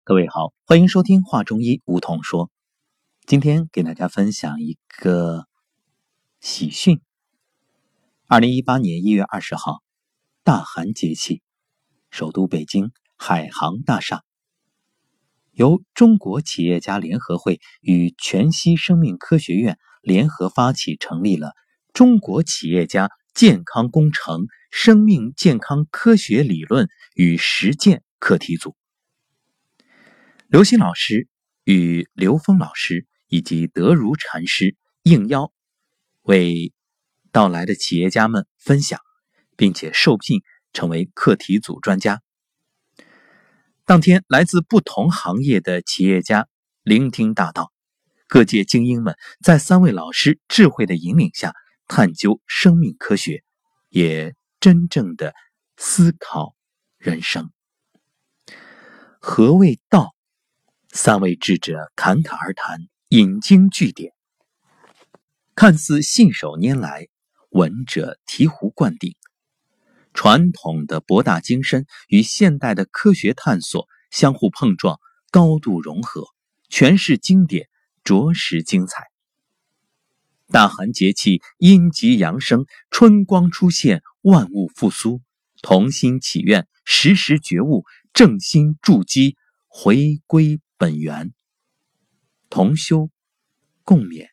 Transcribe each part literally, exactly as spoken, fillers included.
各位好，欢迎收听话中医梧桐说。今天给大家分享一个喜讯。二零一八年一月二十号，大寒节气，首都北京海航大厦由中国企业家联合会与全息生命科学院联合发起成立了中国企业家健康工程生命健康科学理论与实践课题组。刘鑫老师与刘峰老师以及德如禅师应邀为到来的企业家们分享，并且受聘成为课题组专家。当天，来自不同行业的企业家聆听大道，各界精英们在三位老师智慧的引领下探究生命科学，也真正的思考人生。何谓道？三位智者侃侃而谈，引经据典，看似信手拈来，闻者醍醐灌顶。传统的博大精深与现代的科学探索相互碰撞，高度融合，诠释经典，着实精彩。大寒节气，阴极阳生，春光出现，万物复苏，同心祈愿，时时觉悟，正心筑基，回归本源，同修共勉。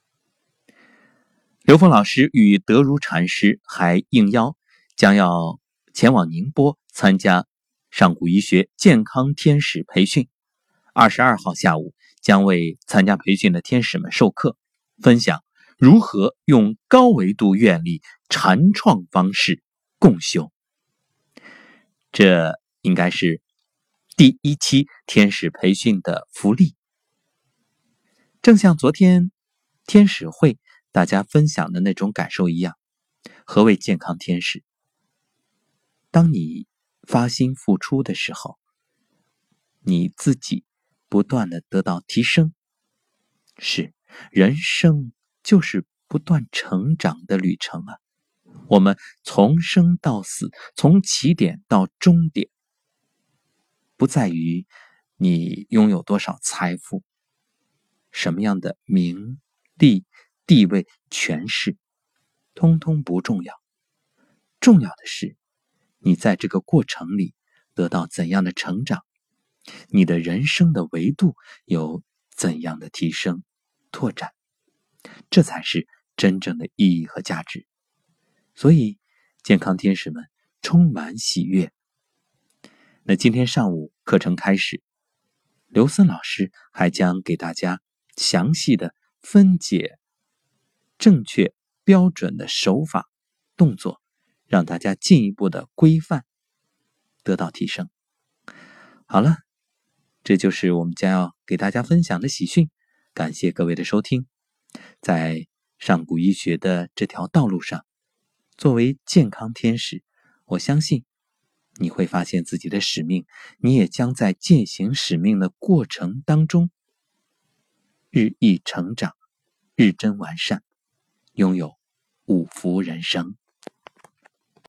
刘峰老师与德如禅师还应邀将要前往宁波参加上古医学健康天使培训，二十二号下午将为参加培训的天使们授课，分享如何用高维度愿力禅创方式共修。这应该是第一期天使培训的福利。正像昨天天使会大家分享的那种感受一样，何谓健康天使？当你发心付出的时候，你自己不断的得到提升。是，人生就是不断成长的旅程啊！我们从生到死，从起点到终点，不在于你拥有多少财富，什么样的名利地位权势，通通不重要。重要的是你在这个过程里得到怎样的成长，你的人生的维度有怎样的提升拓展，这才是真正的意义和价值。所以健康天使们充满喜悦。那今天上午课程开始，刘森老师还将给大家详细的分解正确标准的手法动作，让大家进一步的规范得到提升。好了，这就是我们将要给大家分享的喜讯，感谢各位的收听。在上古医学的这条道路上，作为健康天使，我相信你会发现自己的使命，你也将在践行使命的过程当中日益成长，日臻完善，拥有五福人生。